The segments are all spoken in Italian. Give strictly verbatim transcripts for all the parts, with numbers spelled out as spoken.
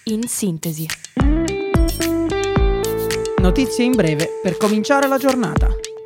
In sintesi. Notizie in breve per cominciare la giornata.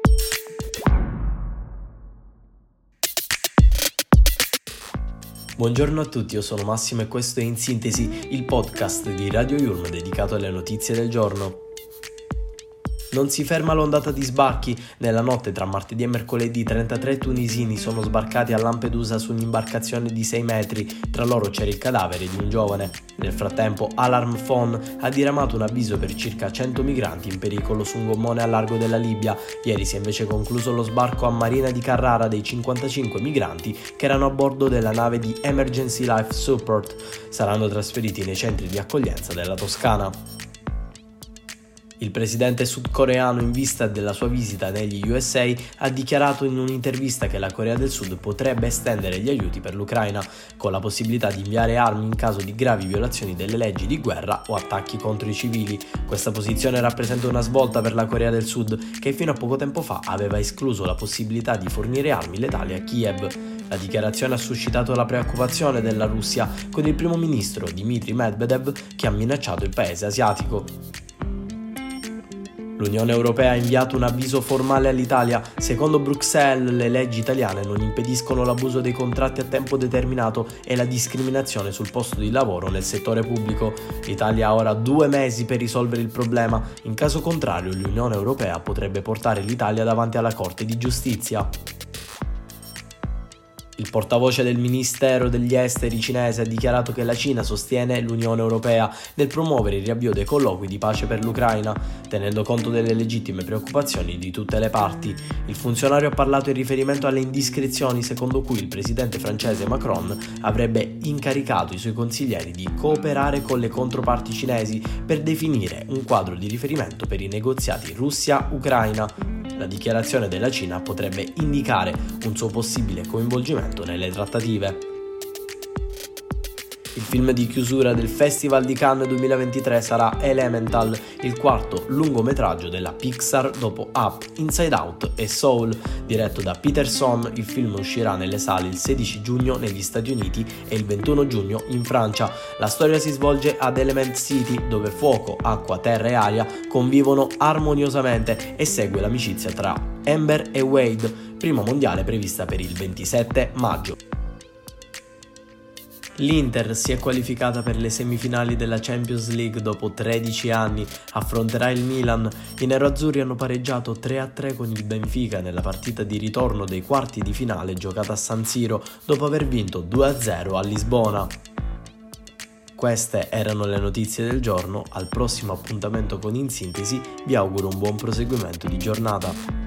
Buongiorno a tutti, io sono Massimo e questo è In Sintesi, il podcast di Radio Yulm dedicato alle notizie del giorno. Non si ferma l'ondata di sbarchi. Nella notte tra martedì e mercoledì trentatré tunisini sono sbarcati a Lampedusa su un'imbarcazione di sei metri, tra loro c'era il cadavere di un giovane. Nel frattempo Alarm Phone ha diramato un avviso per circa cento migranti in pericolo su un gommone a largo della Libia. Ieri si è invece concluso lo sbarco a Marina di Carrara dei cinquantacinque migranti che erano a bordo della nave di Emergency Life Support. Saranno trasferiti nei centri di accoglienza della Toscana. Il presidente sudcoreano, in vista della sua visita negli U S A, ha dichiarato in un'intervista che la Corea del Sud potrebbe estendere gli aiuti per l'Ucraina, con la possibilità di inviare armi in caso di gravi violazioni delle leggi di guerra o attacchi contro i civili. Questa posizione rappresenta una svolta per la Corea del Sud, che fino a poco tempo fa aveva escluso la possibilità di fornire armi letali a Kiev. La dichiarazione ha suscitato la preoccupazione della Russia, con il primo ministro Dmitry Medvedev che ha minacciato il paese asiatico. L'Unione Europea ha inviato un avviso formale all'Italia. Secondo Bruxelles, le leggi italiane non impediscono l'abuso dei contratti a tempo determinato e la discriminazione sul posto di lavoro nel settore pubblico. L'Italia ha ora due mesi per risolvere il problema. In caso contrario, l'Unione Europea potrebbe portare l'Italia davanti alla Corte di Giustizia. Il portavoce del Ministero degli Esteri cinese ha dichiarato che la Cina sostiene l'Unione Europea nel promuovere il riavvio dei colloqui di pace per l'Ucraina, tenendo conto delle legittime preoccupazioni di tutte le parti. Il funzionario ha parlato in riferimento alle indiscrezioni secondo cui il presidente francese Macron avrebbe incaricato i suoi consiglieri di cooperare con le controparti cinesi per definire un quadro di riferimento per i negoziati Russia-Ucraina. La dichiarazione della Cina potrebbe indicare un suo possibile coinvolgimento nelle trattative. Il film di chiusura del Festival di Cannes duemilaventitré sarà Elemental, il quarto lungometraggio della Pixar dopo Up, Inside Out e Soul. Diretto da Peter Sohn, il film uscirà nelle sale il sedici giugno negli Stati Uniti e il ventuno giugno in Francia. La storia si svolge ad Element City, dove fuoco, acqua, terra e aria convivono armoniosamente e segue l'amicizia tra Amber e Wade, prima mondiale prevista per il ventisette maggio. L'Inter si è qualificata per le semifinali della Champions League dopo tredici anni, affronterà il Milan. I neroazzurri hanno pareggiato tre a tre con il Benfica nella partita di ritorno dei quarti di finale giocata a San Siro dopo aver vinto due a zero a Lisbona. Queste erano le notizie del giorno. Al prossimo appuntamento con In Sintesi vi auguro un buon proseguimento di giornata.